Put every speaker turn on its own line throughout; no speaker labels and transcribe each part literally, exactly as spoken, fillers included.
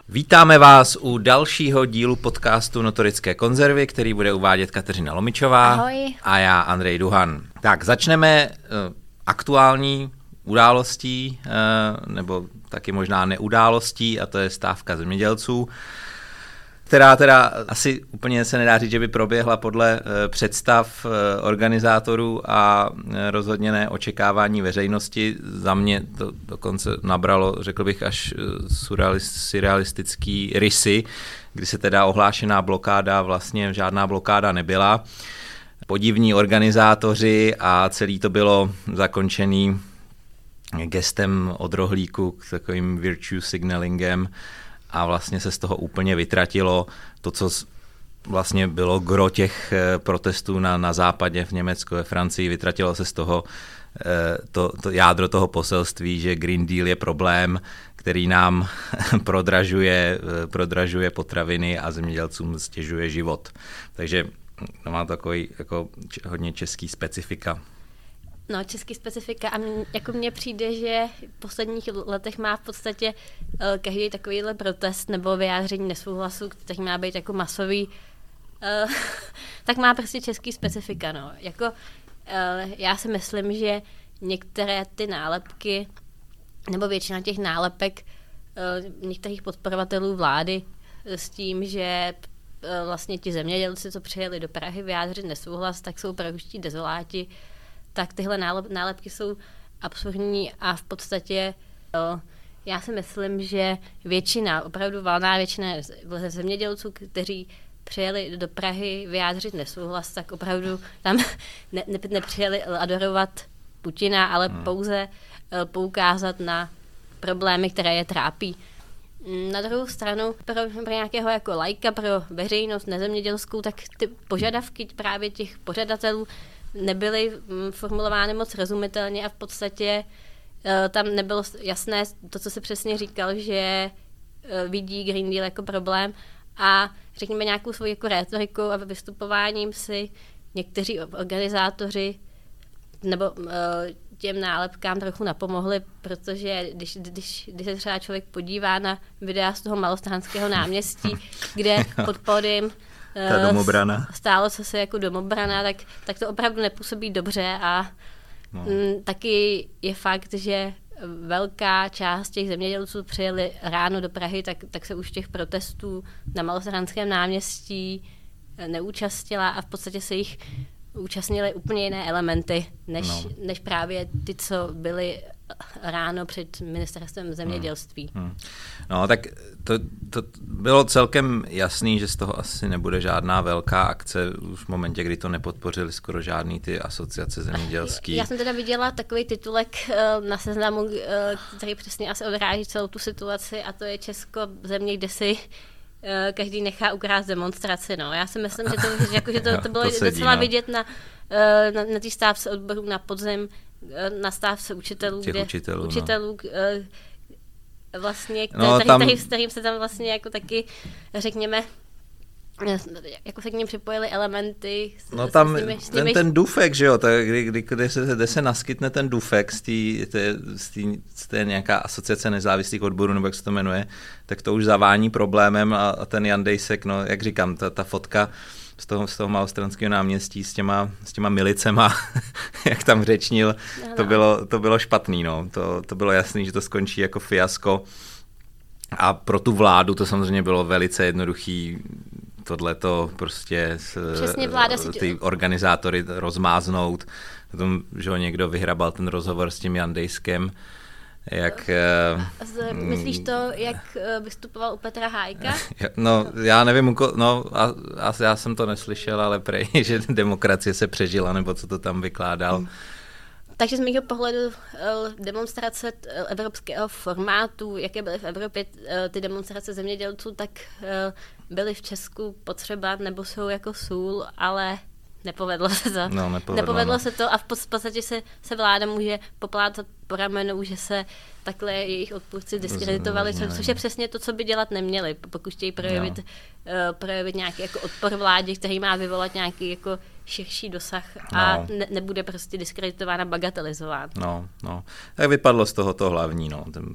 Vítáme vás u dalšího dílu podcastu Notorické konzervy, který bude uvádět Kateřina Lomičová.
Ahoj.
A já Andrej Duhan. Tak, začneme uh, aktuální událostí, uh, nebo taky možná neudálostí, a to je stávka zemědělců, která teda asi úplně se nedá říct, že by proběhla podle uh, představ uh, organizátorů a uh, rozhodně ne očekávání veřejnosti. Za mě to dokonce nabralo, řekl bych, až uh, surrealistický rysy, kdy se teda ohlášená blokáda, vlastně žádná blokáda nebyla. Podivní organizátoři a celý to bylo zakončený gestem od rohlíku, k takovým virtue signalingem, a vlastně se z toho úplně vytratilo to, co vlastně bylo gro těch protestů na, na západě, v Německu, ve Francii. Vytratilo se z toho to, to jádro toho poselství, že Green Deal je problém, který nám prodražuje, prodražuje potraviny a zemědělcům stěžuje život. Takže to má takový jako hodně český specifika.
No, český specifika a mě, jako mně přijde, že v posledních letech má v podstatě uh, každý takovýhle protest nebo vyjádření nesouhlasu, který má být jako masový, uh, tak má prostě český specifika, no. Jako, uh, já si myslím, že některé ty nálepky, nebo většina těch nálepek uh, některých podporovatelů vlády s tím, že uh, vlastně ti zemědělci, co přijeli do Prahy vyjádřit nesouhlas, tak jsou prahuští dezoláti, tak tyhle nálep, nálepky jsou absurdní a v podstatě jo, já si myslím, že většina, opravdu valná většina zemědělců, kteří přijeli do Prahy vyjádřit nesouhlas, tak opravdu tam ne, ne, nepřijeli adorovat Putina, ale hmm. pouze uh, poukázat na problémy, které je trápí. Na druhou stranu, pro, pro nějakého jako lajka, pro veřejnost nezemědělskou, tak ty požadavky právě těch pořadatelů nebyly formulovány moc rozumitelně a v podstatě uh, tam nebylo jasné to, co se přesně říkal, že uh, vidí Green Deal jako problém a řekněme nějakou svou jako rétorikou a vystupováním si někteří organizátoři nebo uh, těm nálepkám trochu napomohli, protože když, když, když se třeba člověk podívá na videa z toho Malostranského náměstí, kde pod pódiem
Ta domobrana.
stálo co se jako domobrana, tak, tak to opravdu nepůsobí dobře a no. m, taky je fakt, že velká část těch zemědělců přijeli ráno do Prahy, tak, tak se už těch protestů na Malostranském náměstí neúčastnila a v podstatě se jich účastnily úplně jiné elementy, než, no. než právě ty, co byly ráno před ministerstvem zemědělství. Hmm. Hmm.
No tak to, to bylo celkem jasný, že z toho asi nebude žádná velká akce už v momentě, kdy to nepodpořili skoro žádný ty asociace zemědělský.
Já jsem teda viděla takový titulek na Seznamu, který přesně asi odráží celou tu situaci, a to je Česko země, kde si každý nechá ukrást demonstraci. No. Já si myslím, že to, jako, že to, to bylo to sedí, docela no. vidět na, na, na té stávce odborů na podzim, na stávce učitelů,
Těch
kde
učitelů,
učitelů no. vlastně,
no,
který,
tam...
který, s kterým se tam vlastně jako taky, řekněme, jako se k ním připojily elementy. S,
no tam
s nimi, s
ten,
nimi...
ten dufek, že jo, tak kdy, kdy, kdy, se, kdy se naskytne ten dufek z té, z té, z té nějaká asociace nezávislých odborů, nebo jak se to jmenuje, tak to už zavání problémem a, a ten Jan Dejsek, no jak říkám, ta, ta fotka z toho, z toho Malostranského náměstí s těma, s těma milicema, jak tam řečnil, no, to, bylo, to bylo špatný, no, to, to bylo jasný, že to skončí jako fiasko a pro tu vládu to samozřejmě bylo velice jednoduchý tohleto prostě
vláda si...
ty organizátory rozmáznout. Potom, že ho někdo vyhrabal ten rozhovor s tím Jan Dejskem. Jak,
Myslíš to, jak vystupoval u Petra Hájka?
No, já nevím, no, a, a já jsem to neslyšel, ale prej, že demokracie se přežila, nebo co to tam vykládal. Hmm.
Takže z mého pohledu demonstrace evropského formátu, jaké byly v Evropě ty demonstrace zemědělců, tak byly v Česku potřeba, nebo jsou jako sůl, ale nepovedlo se to.
No, nepovedlo,
nepovedlo
no.
se to a v podstatě se, se vláda může poplácat po ramenu, že se takhle jejich odpůrci diskreditovali, co, což je přesně to, co by dělat neměli, pokud chtějí projevit, uh, projevit nějaký jako odpor vládě, který má vyvolat nějaký jako širší dosah a no. ne, nebude prostě diskreditována, bagatelizován.
No, no. Tak vypadlo z toho to hlavní, no. Ten,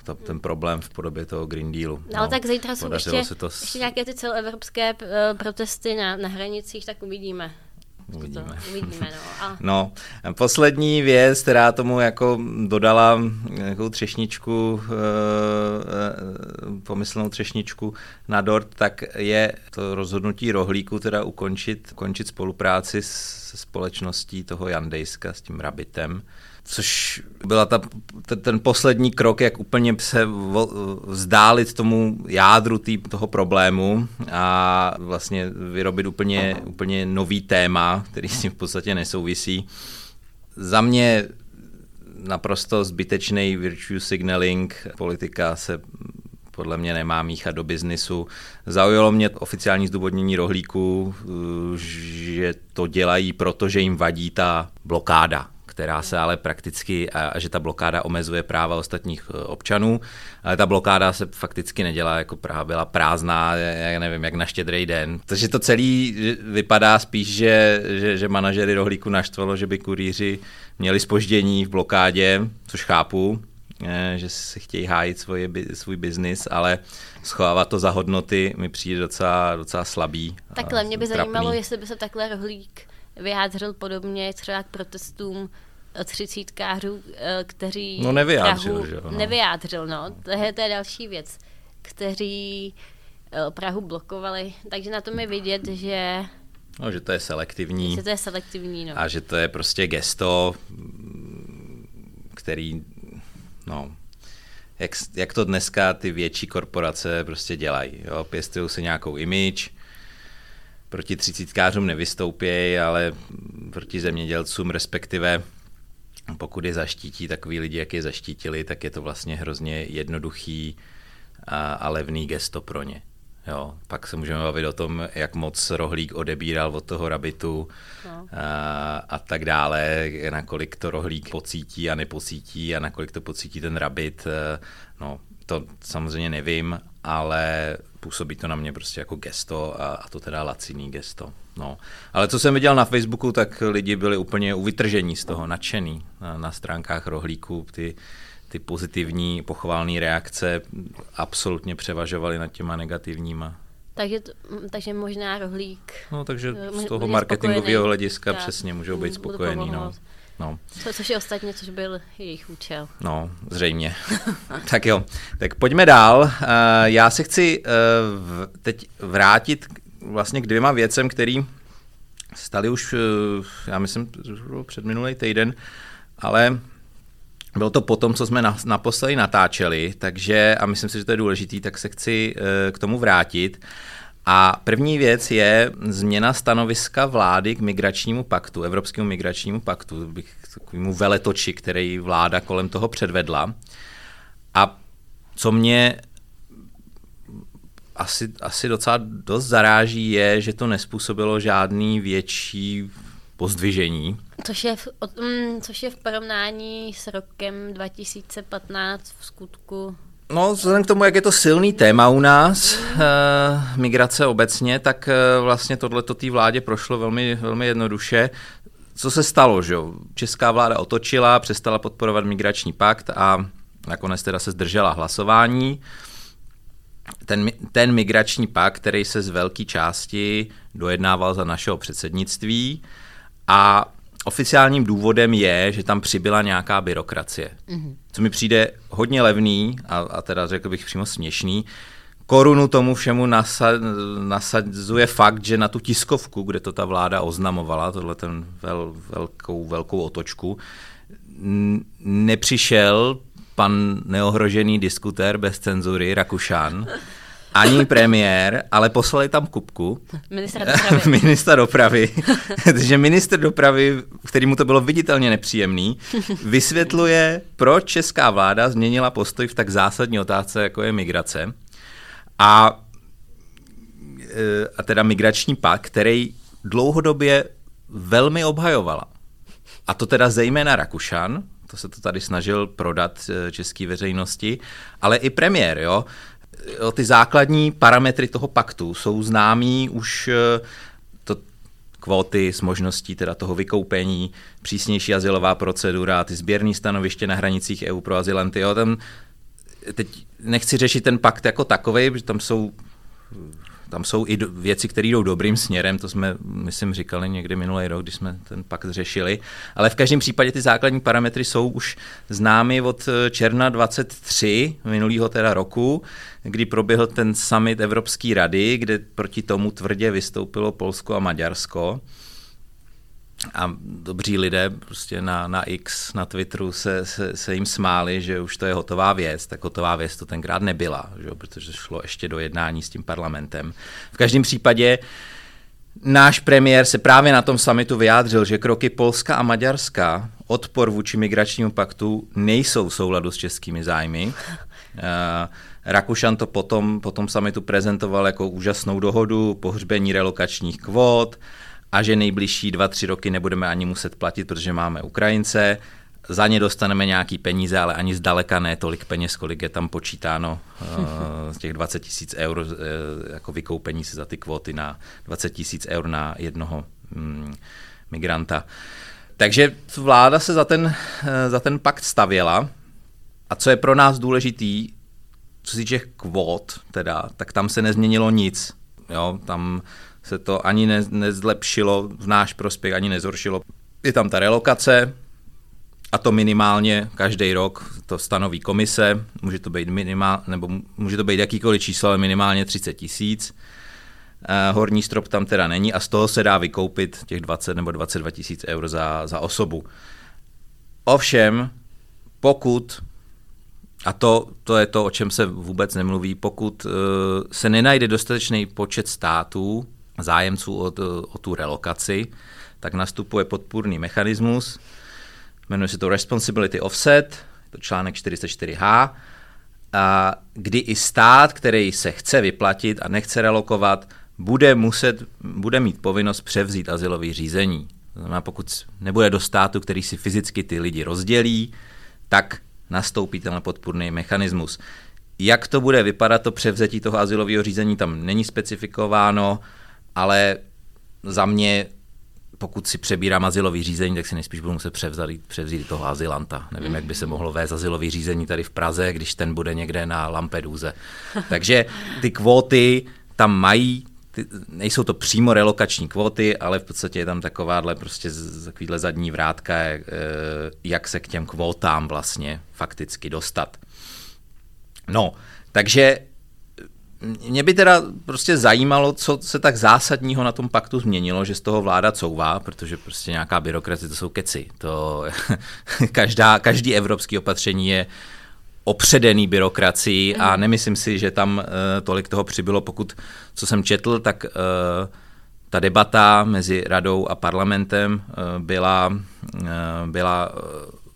to, ten problém v podobě toho Green Dealu.
No, ale tak zítra jsou ještě,
to...
ještě nějaké ty celoevropské uh, protesty na, na hranicích, tak uvidíme.
Uvidíme.
To, uvidíme no. A...
no. Poslední věc, která tomu jako dodala nějakou třešničku, e, e, pomyslnou třešničku na dort, tak je to rozhodnutí Rohlíku teda ukončit, ukončit spolupráci se společností toho Jandejska, s tím Rabbitem, což byla ta, ten poslední krok, jak úplně se vzdálit tomu jádru tý, toho problému a vlastně vyrobit úplně, úplně nový téma, který s tím v podstatě nesouvisí. Za mě naprosto zbytečný virtue signaling, politika se podle mě nemá míchat do biznisu. Zaujalo mě oficiální zdůvodnění Rohlíku, že to dělají, protože jim vadí ta blokáda, která se ale prakticky, a že ta blokáda omezuje práva ostatních občanů, ale ta blokáda se fakticky nedělá, jako Praha byla prázdná, já nevím, jak na Štědrý den. Takže to celý vypadá spíš, že, že, že manažery Rohlíku naštvalo, že by kurýři měli zpoždění v blokádě, což chápu, že si chtějí hájit svoje, svůj biznis, ale schovávat to za hodnoty mi přijde docela, docela slabý.
Takhle, mě by trapný. Zajímalo, jestli by se takhle Rohlík vyjádřil podobně třeba k protestům třicítkářů, kteří
no nevyjádřil,
Prahu
že jo, no.
nevyjádřil, no. To je, to je další věc, kteří Prahu blokovali, takže na tom je vidět, že
no, že to je selektivní.
Že to je selektivní, no.
A že to je prostě gesto, který, no, jak, jak to dneska ty větší korporace prostě dělají, jo, pěstují si nějakou image, proti třicítkářům nevystoupějí, ale proti zemědělcům, respektive pokud je zaštítí takový lidi, jak je zaštítili, tak je to vlastně hrozně jednoduchý a, a levný gesto pro ně. Jo. Pak se můžeme bavit o tom, jak moc Rohlík odebíral od toho Rabbitu no. a, a tak dále, nakolik to Rohlík pocítí a nepocítí a nakolik to pocítí ten Rabbit. No, to samozřejmě nevím, ale působí to na mě prostě jako gesto a, a to teda laciný gesto. No. Ale co jsem viděl na Facebooku, tak lidi byli úplně uvytržení z toho, nadšený na, na stránkách Rohlíku. Ty, ty pozitivní pochválné reakce absolutně převažovaly nad těma negativníma.
Takže, to, takže možná Rohlík...
No, takže z toho marketingového hlediska tak, přesně můžou být spokojení. No. No.
Co, což je ostatně, což byl jejich účel.
No, zřejmě. Tak jo, tak pojďme dál. Uh, já se chci uh, teď vrátit vlastně k dvěma věcem, které staly už, uh, já myslím, před minulý týden, ale bylo to potom, co jsme na, naposledy natáčeli, takže, a myslím si, že to je důležitý, tak se chci uh, k tomu vrátit. A první věc je změna stanoviska vlády k migračnímu paktu, Evropskému migračnímu paktu, k takovému veletoči, který vláda kolem toho předvedla. A co mě asi, asi docela dost zaráží, je, že to nespůsobilo žádný větší pozdvižení. Což je v,
um, což je v porovnání s rokem dva tisíce patnáct v skutku...
No, vzhledem k tomu, jak je to silný téma u nás, e, migrace obecně, tak e, vlastně tohleto té vládě prošlo velmi, velmi jednoduše. Co se stalo, že jo? Česká vláda otočila, přestala podporovat migrační pakt a nakonec teda se zdržela hlasování. Ten, ten migrační pakt, který se z velké části dojednával za našeho předsednictví a oficiálním důvodem je, že tam přibyla nějaká byrokracie. Mm-hmm. Co mi přijde hodně levný a, a teda řekl bych přímo směšný. Korunu tomu všemu nasa, nasadzuje fakt, že na tu tiskovku, kde to ta vláda oznamovala, tohle ten vel, velkou, velkou otočku, n- nepřišel pan neohrožený diskutér bez cenzury Rakušan, ani premiér, ale poslali tam Kupku.
Ministra dopravy.
Ministra dopravy. Takže ministr dopravy, kterému to bylo viditelně nepříjemný, vysvětluje, proč česká vláda změnila postoj v tak zásadní otázce, jako je migrace. A, a teda migrační pakt, který dlouhodobě velmi obhajovala. A to teda zejména Rakušan, to se to tady snažil prodat české veřejnosti, ale i premiér, jo. Ty základní parametry toho paktu jsou známí už to kvóty s možností teda toho vykoupení, přísnější azylová procedura, ty sběrný stanoviště na hranicích E U pro azylanty. Jo, tam teď nechci řešit ten pakt jako takovej, protože tam jsou Tam jsou i do, věci, které jdou dobrým směrem, to jsme, myslím, říkali někdy minulý rok, když jsme ten pakt řešili, ale v každém případě ty základní parametry jsou už známy od června dvacet tři, minulého teda roku, kdy proběhl ten summit Evropské rady, kde proti tomu tvrdě vystoupilo Polsko a Maďarsko. A dobří lidé prostě na, na X, na Twitteru se, se, se jim smáli, že už to je hotová věc, tak hotová věc to tenkrát nebyla, že? Protože šlo ještě do jednání s tím parlamentem. V každém případě náš premiér se právě na tom summitu vyjádřil, že kroky Polska a Maďarska, odpor vůči migračnímu paktu, nejsou v souladu s českými zájmy. Uh, Rakušan to potom po tom summitu prezentoval jako úžasnou dohodu, pohřbení relokačních kvót, a že nejbližší dva, tři roky nebudeme ani muset platit, protože máme Ukrajince, za ně dostaneme nějaký peníze, ale ani zdaleka ne tolik peněz, kolik je tam počítáno uh, z těch dvacet tisíc eur, uh, jako vykoupení si za ty kvóty na dvacet tisíc eur na jednoho um, migranta. Takže vláda se za ten, uh, za ten pakt stavěla a co je pro nás důležitý, co se týče kvót, teda, tak tam se nezměnilo nic. Jo, tam se to ani ne, nezlepšilo v náš prospěch, ani nezhoršilo. Je tam ta relokace a to minimálně každý rok to stanoví komise, může to být minimál, nebo může to být jakýkoliv číslo, ale minimálně třicet tisíc. Eh, horní strop tam teda není a z toho se dá vykoupit těch dvacet nebo dvacet dva tisíc eur za, za osobu. Ovšem, pokud, a to, to je to, o čem se vůbec nemluví, pokud uh, se nenajde dostatečný počet států, zájemců o, o tu relokaci, tak nastupuje podpůrný mechanismus, jmenuje se to Responsibility Offset, to článek čtyřicet čtyři há, a kdy i stát, který se chce vyplatit a nechce relokovat, bude muset, bude mít povinnost převzít azylové řízení. To znamená, pokud nebude do státu, který si fyzicky ty lidi rozdělí, tak nastoupí tenhle podpůrný mechanismus. Jak to bude vypadat, to převzetí toho azylového řízení tam není specifikováno, ale za mě, pokud si přebírám azylový řízení, tak si nejspíš budu muset převzít, převzít toho azylanta. Nevím, jak by se mohlo vést azylový řízení tady v Praze, když ten bude někde na Lampeduze. Takže ty kvóty tam mají, ty, nejsou to přímo relokační kvóty, ale v podstatě je tam takováhle prostě takovýhle zadní vrátka, jak se k těm kvótám vlastně fakticky dostat. No, takže mě by teda prostě zajímalo, co se tak zásadního na tom paktu změnilo, že z toho vláda couvá, protože prostě nějaká byrokracie, to jsou keci. To každá, každý evropský opatření je opředený byrokracií a nemyslím si, že tam uh, tolik toho přibylo. Pokud, co jsem četl, tak uh, ta debata mezi radou a parlamentem uh, byla, uh, byla uh,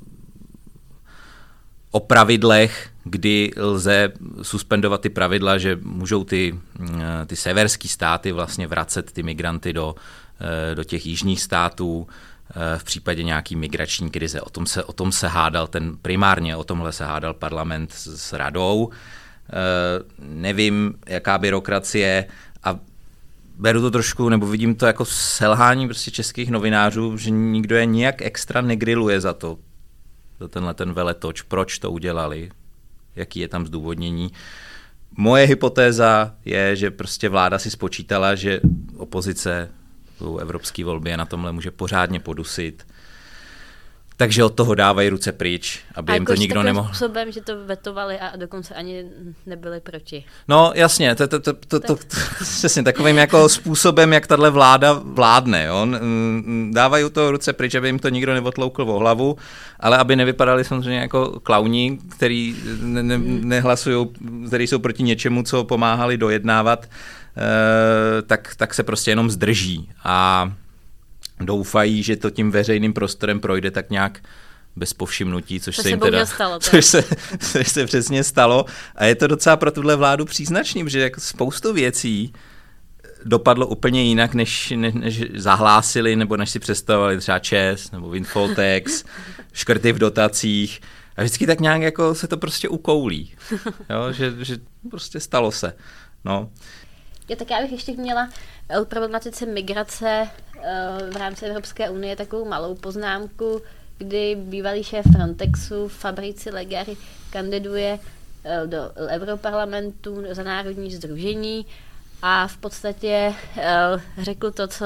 o pravidlech, kdy lze suspendovat ty pravidla, že můžou ty, ty severský státy vlastně vracet ty migranty do, do těch jižních států v případě nějaký migrační krize. O tom se, o tom se hádal ten primárně, o tomhle se hádal parlament s, s radou. Nevím, jaká byrokracie a beru to trošku, nebo vidím to jako selhání prostě českých novinářů, že nikdo je nijak extra negriluje za to, za tenhle ten veletoč, proč to udělali, jaký je tam zdůvodnění. Moje hypotéza je, že prostě vláda si spočítala, že opozice v evropské volbě na tomhle může pořádně podusit, takže od toho dávají ruce pryč, aby
a
jim to nikdo nemohl.
A způsobem, že to vetovali a dokonce ani nebyli proti.
No jasně, to, to, to, to, to, to, přesně takovým jako způsobem, jak tahle vláda vládne. Jo? Dávají u toho ruce pryč, aby jim to nikdo neotloukl o hlavu, ale aby nevypadali samozřejmě jako klauni, který ne, ne, nehlasují, který jsou proti něčemu, co pomáhali dojednávat, eh, tak, tak se prostě jenom zdrží a doufají, že to tím veřejným prostorem projde tak nějak bez povšimnutí, což
to
se jim teda,
stalo,
což se, což se přesně stalo. A je to docela pro tuhle vládu příznačný, protože jako spoustu věcí dopadlo úplně jinak, než, než, než zahlásili, nebo než si představovali třeba ČES, nebo windfall tax, škrty v dotacích. A vždycky tak nějak jako se to prostě ukoulí. Jo, že, že prostě stalo se. No.
Jo, tak já bych ještě měla o problematice migrace v rámci Evropské unie takovou malou poznámku, kdy bývalý šéf Frontexu Fabrice Leggeri kandiduje do Europarlamentu za národní sdružení a v podstatě řekl to, co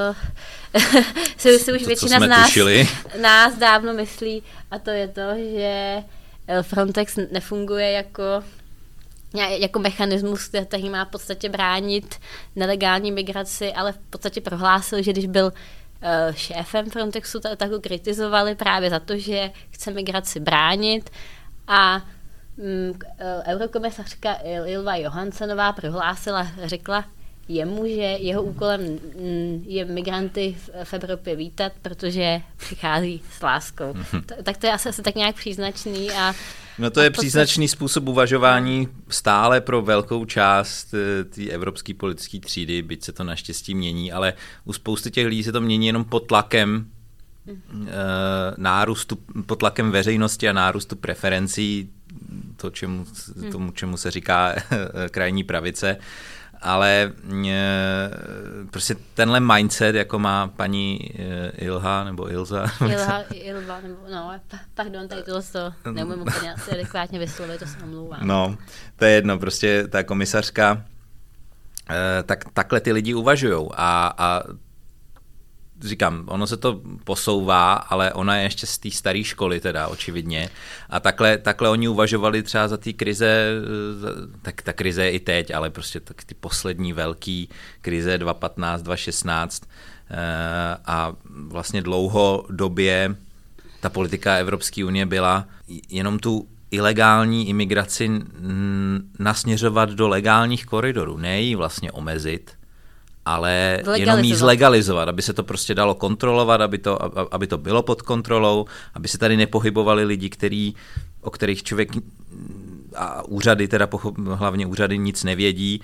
si, si už to, většina z nás, nás dávno myslí, a to je to, že Frontex nefunguje jako jako mechanismus, který má v podstatě bránit nelegální migraci, ale v podstatě prohlásil, že když byl šéfem Frontexu, tak, tak ho kritizovali právě za to, že chce migraci bránit a mm, eurokomisařka Ylva Johanssonová prohlásila, řekla jemu, že jeho úkolem mm, je migranty v, v Evropě vítat, protože přichází s láskou. Mm-hmm. Tak to je asi, asi tak nějak příznačný a
No to je příznačný způsob uvažování stále pro velkou část té evropské politické třídy, byť se to naštěstí mění, ale u spousty těch lidí se to mění jenom pod tlakem e, nárůstu, pod tlakem veřejnosti a nárůstu preferencí, to, čemu, tomu, čemu se říká krajní pravice. Ale e, prostě tenhle mindset, jako má paní e, Ilha nebo Ilza.
Ilha, Ilva, nebo no, pardon, tady tohle to neumím úplně asi adekvátně vyslovit, to se omlouvám.
No, to je jedno, prostě ta komisařka, e, tak takhle ty lidi uvažujou a, a říkám, ono se to posouvá, ale ona je ještě z té staré školy teda, očividně. A takhle, takhle oni uvažovali třeba za té krize, tak ta krize je i teď, ale prostě tak ty poslední velký krize dva tisíce patnáct dva tisíce šestnáct a vlastně dlouhodobě ta politika Evropské unie byla jenom tu ilegální imigraci nasměřovat do legálních koridorů, ne ji vlastně omezit, ale jenom jí zlegalizovat, aby se to prostě dalo kontrolovat, aby to, aby to bylo pod kontrolou, aby se tady nepohybovali lidi, který, o kterých člověk a úřady, teda hlavně úřady nic nevědí,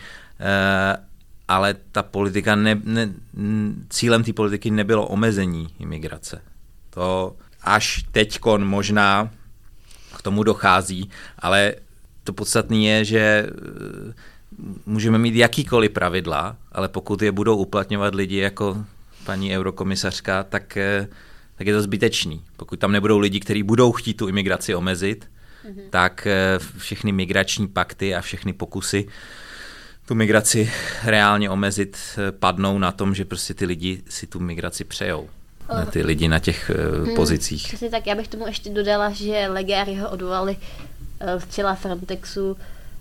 ale ta politika, ne, ne, cílem té politiky nebylo omezení imigrace. To až teďkon možná k tomu dochází, ale to podstatné je, že můžeme mít jakýkoliv pravidla, ale pokud je budou uplatňovat lidi jako paní eurokomisařka, tak, tak je to zbytečný. Pokud tam nebudou lidi, kteří budou chtít tu imigraci omezit, mm-hmm. tak všechny migrační pakty a všechny pokusy tu migraci reálně omezit padnou na tom, že prostě ty lidi si tu migraci přejou. Na ty lidi na těch hmm, pozicích.
Přesně tak, já bych tomu ještě dodala, že Legáry ho odvolali z čela Frontexu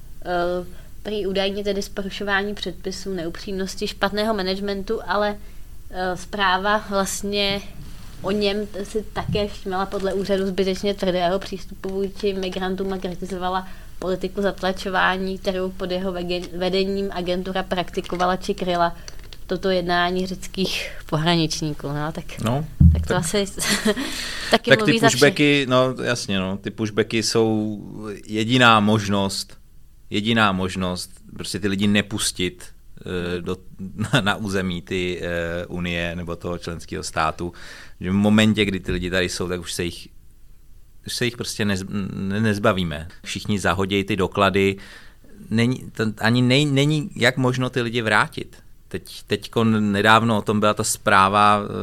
prý údajně tedy z porušování předpisů, neupřímnosti, špatného managementu, ale zpráva vlastně o něm si také všimala podle úřadu zbytečně tvrdého přístupu vůči migrantům a kritizovala politiku zatlačování, kterou pod jeho vedením agentura praktikovala či kryla toto jednání řeckých pohraničníků. No, tak,
no,
tak to tak, asi taky
tak
mluví
ty pushbacky, no jasně, no, ty pushbacky jsou jediná možnost, jediná možnost prostě ty lidi nepustit uh, do, na, na území ty uh, unie nebo toho členského státu. Že v momentě, kdy ty lidi tady jsou, tak už se jich, už se jich prostě nez, ne, nezbavíme. Všichni zahodějí ty doklady. Není, to, ani nej, není jak možno ty lidi vrátit. Teď, teďko nedávno o tom byla ta zpráva e,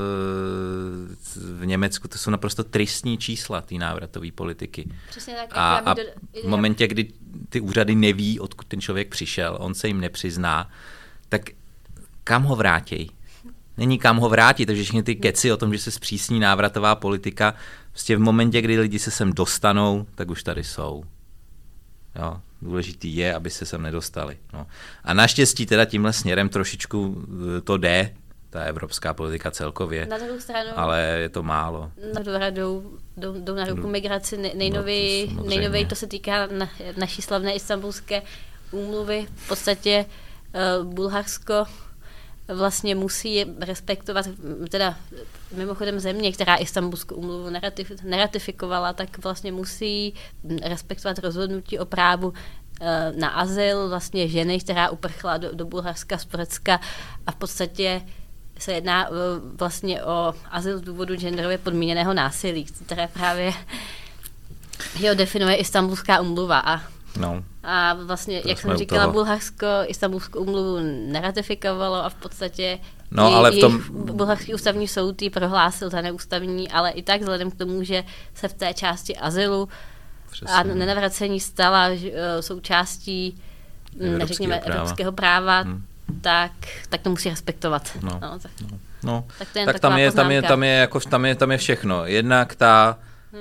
v Německu, to jsou naprosto tristní čísla té návratové politiky.
Přesně tak.
A, a v momentě, kdy ty úřady neví, odkud ten člověk přišel, on se jim nepřizná, tak kam ho vrátěj? Není kam ho vrátit, takže všechny ty keci o tom, že se zpřísní návratová politika, prostě v momentě, kdy lidi se sem dostanou, tak už tady jsou. Jo. Důležitý je, aby se sem nedostali. No. A naštěstí teda tímhle směrem trošičku to jde, ta evropská politika celkově,
na druhou stranu,
ale je to málo.
Na druhou jdou, jdou, jdou na ruku migraci. Nejnověji no nejnověji to se týká na, naší slavné Istanbulské úmluvy. V podstatě uh, Bulharsko vlastně musí respektovat, teda mimochodem země, která Istanbulskou úmluvu neratif- neratifikovala, tak vlastně musí respektovat rozhodnutí o právu e, na azyl vlastně ženy, která uprchla do, do Bulharska z Turecka a v podstatě se jedná e, vlastně o azyl z důvodu genderově podmíněného násilí, které právě jo, definuje Istanbulská úmluva a
No,
a vlastně, jak jsem říkala, Bulharsko Istanbulskou úmluvu neratifikovalo a v podstatě
no,
jej,
ale v tom...
bulharský ústavní soud ji prohlásil za neústavní, ale i tak vzhledem k tomu, že se v té části azylu
Přesně.
A nenavracení stala součástí,
evropského
neřekněme,
práva.
evropského práva,
hmm.
tak, tak to musí respektovat.
No,
no, tak.
no, no.
tak, to je
tak tam, je, tam, je, tam, je, jako, tam, je, tam je všechno. Jednak ta, hmm.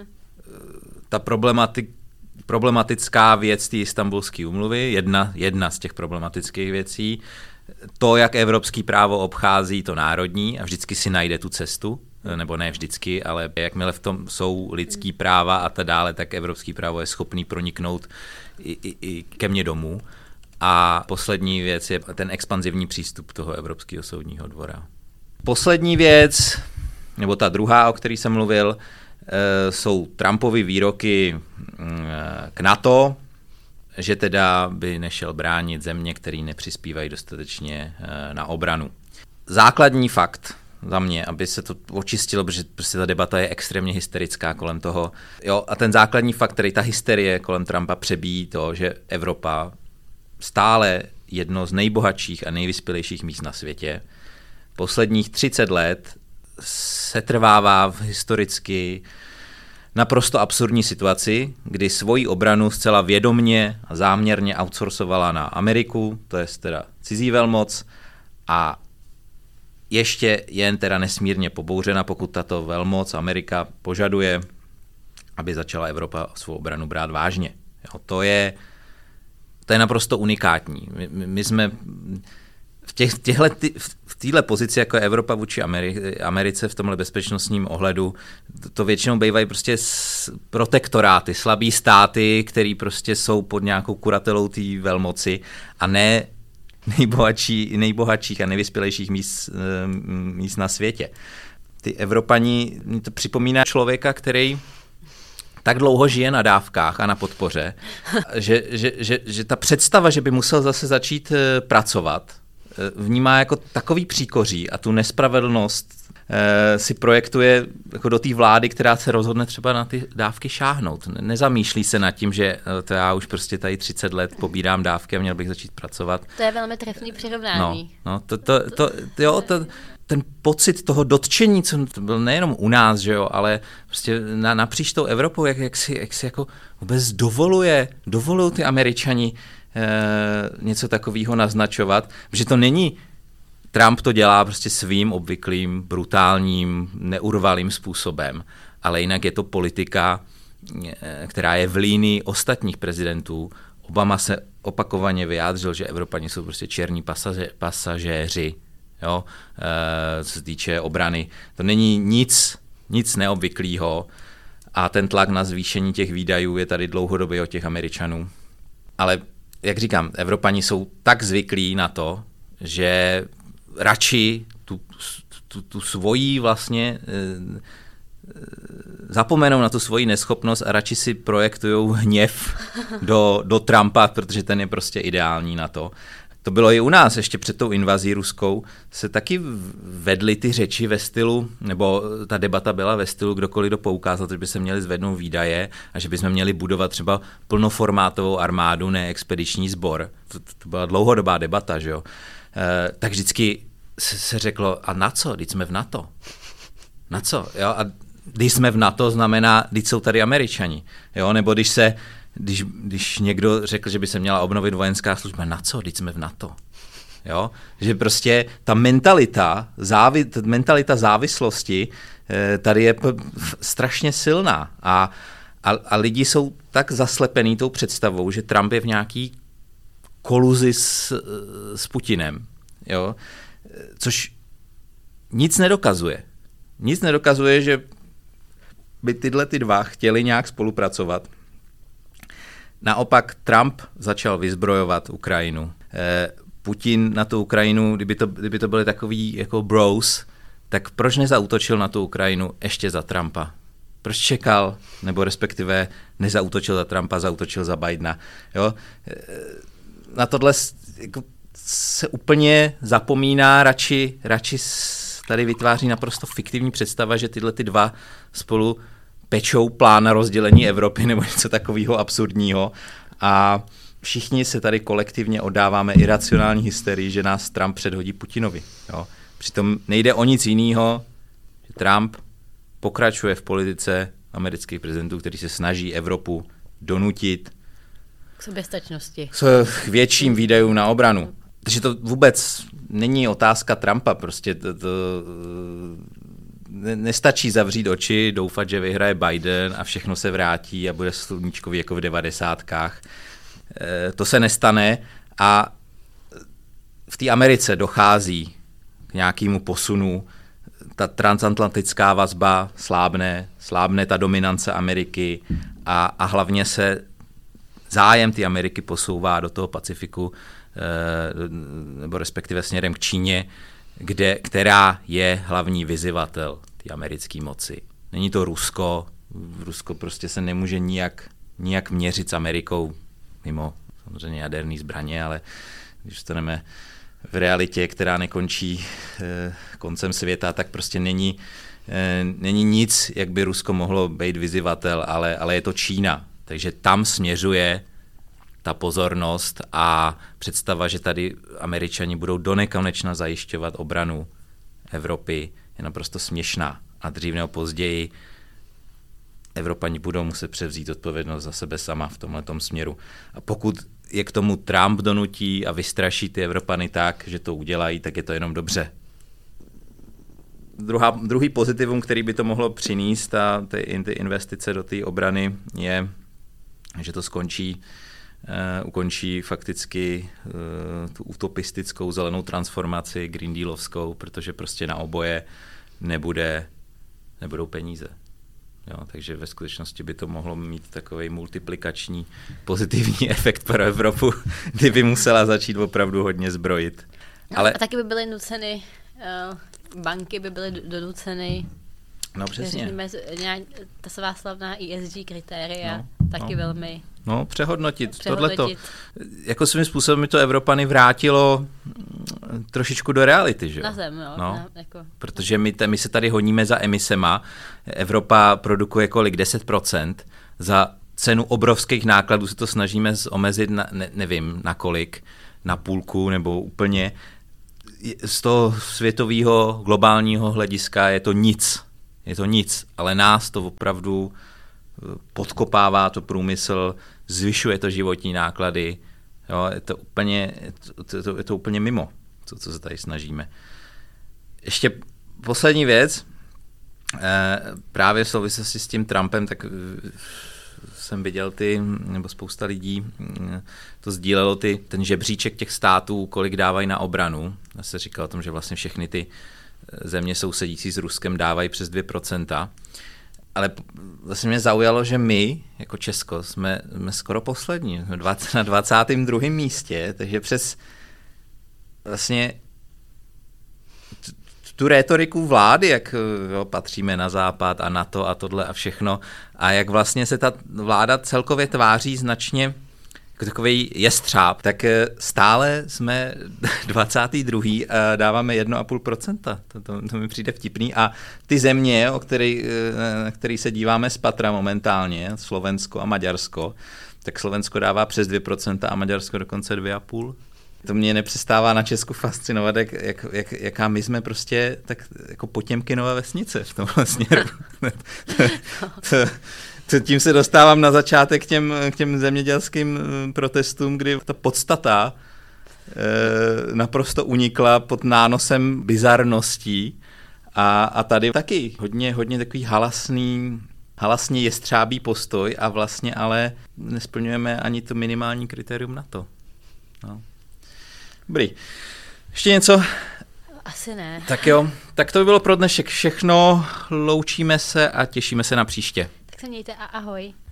ta problematik, problematická věc té Istanbulské úmluvy, jedna, jedna z těch problematických věcí, to, jak evropský právo obchází to národní a vždycky si najde tu cestu, nebo ne vždycky, ale jakmile v tom jsou lidský práva a tak dále, tak evropský právo je schopný proniknout i, i, i ke mně domů. A poslední věc je ten expanzivní přístup toho Evropského soudního dvora. Poslední věc, nebo ta druhá, o které jsem mluvil, jsou Trumpovy výroky k NATO, že teda by nešel bránit země, které nepřispívají dostatečně na obranu. Základní fakt za mě, aby se to očistilo, protože prostě ta debata je extrémně hysterická kolem toho. Jo, a ten základní fakt, který ta hysterie kolem Trumpa přebíjí to, že Evropa stále jedno z nejbohatších a nejvyspělejších míst na světě. Posledních třicet let se trvává v historicky naprosto absurdní situaci, kdy svoji obranu zcela vědomně a záměrně outsourcovala na Ameriku, to je teda cizí velmoc, a ještě jen teda nesmírně pobouřena, pokud tato velmoc Amerika požaduje, aby začala Evropa svou obranu brát vážně. Jo, to je To je naprosto unikátní. My, my jsme v, těch, těhle, v téhle pozici, jako je Evropa vůči Ameri, Americe v tomhle bezpečnostním ohledu, to, to většinou bývají prostě protektoráty, slabý státy, který prostě jsou pod nějakou kuratelou té velmoci a ne nejbohatší, nejbohatších a nejvyspělejších míst, míst na světě. Ty Evropani, to připomíná člověka, který tak dlouho žije na dávkách a na podpoře, že, že, že, že ta představa, že by musel zase začít pracovat, vnímá jako takový příkoří a tu nespravedlnost eh, si projektuje jako do té vlády, která se rozhodne třeba na ty dávky šáhnout. Nezamýšlí se nad tím, že to já už prostě tady třicet let pobírám dávky a měl bych začít pracovat.
To je velmi trefný přirovnání.
No, no to, to, to, to, jo, to, ten pocit toho dotčení, co to byl nejenom u nás, že jo, ale prostě na, napříč tou Evropou, jak, jak, si, jak si jako vůbec dovoluje, dovolují ty Američani eh, něco takového naznačovat, protože to není, Trump to dělá prostě svým obvyklým, brutálním, neurvalým způsobem, ale jinak je to politika, eh, která je v línii ostatních prezidentů. Obama se opakovaně vyjádřil, že Evropani jsou prostě černí pasaže, pasažéři, jo, e, co se týče obrany. To není nic, nic neobvyklého a ten tlak na zvýšení těch výdajů je tady dlouhodobě od těch Američanů. Ale jak říkám, Evropani jsou tak zvyklí na to, že radši tu, tu, tu svoji vlastně e, zapomenou na tu svoji neschopnost a radši si projektujou hněv do, do Trumpa, protože ten je prostě ideální na to. To bylo i u nás, ještě před tou invazí ruskou, se taky vedly ty řeči ve stylu, nebo ta debata byla ve stylu, kdokoliv to poukázal, že by se měli zvednout výdaje a že bychom měli budovat třeba plnoformátovou armádu, ne expediční sbor. To, to byla dlouhodobá debata, že jo. E, tak vždycky se, se řeklo, a na co? Když jsme v NATO. Na co? Jo? A když jsme v NATO, znamená, když jsou tady Američani. Jo? Nebo když se Když, když někdo řekl, že by se měla obnovit vojenská služba, na co? Když jsme v NATO. Jo? Že prostě ta mentalita, závi, ta mentalita závislosti eh, tady je p- strašně silná. A, a, a lidi jsou tak zaslepení tou představou, že Trump je v nějaký koluzi s, s Putinem. Jo? Což nic nedokazuje. Nic nedokazuje, že by tyhle ty dva chtěli nějak spolupracovat. Naopak Trump začal vyzbrojovat Ukrajinu. Eh, Putin na tu Ukrajinu, kdyby to, kdyby to byly takový jako bros, tak proč nezaútočil na tu Ukrajinu ještě za Trumpa? Proč čekal, nebo respektive nezaútočil za Trumpa, zaútočil za Bidena? Jo? Eh, na tohle jako, se úplně zapomíná, radši, radši tady vytváří naprosto fiktivní představa, že tyhle ty dva spolu pečou plán na rozdělení Evropy nebo něco takového absurdního a všichni se tady kolektivně oddáváme iracionální hysterii, že nás Trump předhodí Putinovi. Jo. Přitom nejde o nic jiného, že Trump pokračuje v politice amerických prezidentů, který se snaží Evropu donutit
k soběstačnosti.
K větším výdajům na obranu. Takže to vůbec není otázka Trumpa, prostě to, to nestačí zavřít oči, doufat, že vyhraje Biden a všechno se vrátí a bude sluníčkový jako v devadesátkách. E, to se nestane a v té Americe dochází k nějakému posunu. Ta transatlantická vazba slábne, slábne ta dominance Ameriky a, a hlavně se zájem té Ameriky posouvá do toho Pacifiku, nebo respektive směrem k Číně, kde, která je hlavní vyzývatel té americké moci. Není to Rusko, Rusko prostě se nemůže nijak, nijak měřit s Amerikou, mimo samozřejmě jaderné zbraně, ale když staneme v realitě, která nekončí eh, koncem světa, tak prostě není, eh, není nic, jak by Rusko mohlo být vyzývatel, ale, ale je to Čína. Takže tam směřuje ta pozornost a představa, že tady Američani budou donekonečna zajišťovat obranu Evropy, je naprosto směšná. A dřív nebo později Evropani budou muset převzít odpovědnost za sebe sama v tomhletom směru. A pokud je k tomu Trump donutí a vystraší ty Evropany tak, že to udělají, tak je to jenom dobře. Druhá, druhý pozitivum, který by to mohlo přinést, a ty, ty investice do té obrany, je, že to skončí Uh, ukončí fakticky uh, tu utopistickou zelenou transformaci Green Dealovskou, protože prostě na oboje nebude, nebudou peníze. Jo, takže ve skutečnosti by to mohlo mít takový multiplikační pozitivní efekt pro Evropu, kdyby musela začít opravdu hodně zbrojit.
No, ale a taky by byly nuceny, uh, banky by byly donuceny,
no přesně,
nějak, ta svá slavná E S G kritéria, no, taky no. velmi...
No, přehodnotit.
přehodnotit.
Tohleto. Jako svým způsobem mi to Evropany vrátilo trošičku do reality, že jo?
Na zem, jo.
No,
na, jako.
Protože my, my se tady honíme za emisema. Evropa produkuje kolik? deset procent. Za cenu obrovských nákladů se to snažíme omezit, na, ne, nevím, na kolik, na půlku nebo úplně. Z toho světového globálního hlediska je to nic. Je to nic, ale nás to opravdu podkopává to průmysl, zvyšuje to životní náklady. Jo, je to úplně, je to, je to, je to úplně mimo, to, co se tady snažíme. Ještě poslední věc, eh, právě v souvislosti s tím Trumpem, tak jsem viděl ty, nebo spousta lidí to sdílelo, ty, ten žebříček těch států, kolik dávají na obranu. Já se říkal o tom, že vlastně všechny ty země sousedící s Ruskem dávají přes dvě procenta. Ale vlastně mě zaujalo, že my, jako Česko, jsme, jsme skoro poslední, jsme na dvacátém druhém místě, takže přes vlastně tu rétoriku vlády, jak jo, patříme na západ a NATO a tohle a všechno, a jak vlastně se ta vláda celkově tváří značně jako takový jestřáb, tak stále jsme dvacátý druhý a dáváme jedna celá pět procenta. To, to, to mi přijde vtipný. A ty země, o který, na který se díváme z patra momentálně, Slovensko a Maďarsko, tak Slovensko dává přes dvě procenta a Maďarsko dokonce dvě celá pět procenta. To mě nepřestává na Česku fascinovat, jak, jak, jak, jaká my jsme prostě tak jako Potěmkinova vesnice v tomhle směru. to, to, Tím se dostávám na začátek k těm, k těm zemědělským protestům, kdy ta podstata e, naprosto unikla pod nánosem bizarností a, a tady taky hodně, hodně takový halasný, halasně jestřábý postoj a vlastně ale nesplňujeme ani to minimální kritérium na to. No. Dobrý. Ještě něco?
Asi ne.
Tak jo, tak to by bylo pro dnešek všechno. Loučíme se a těšíme se na příště.
Tak se mějte a ahoj.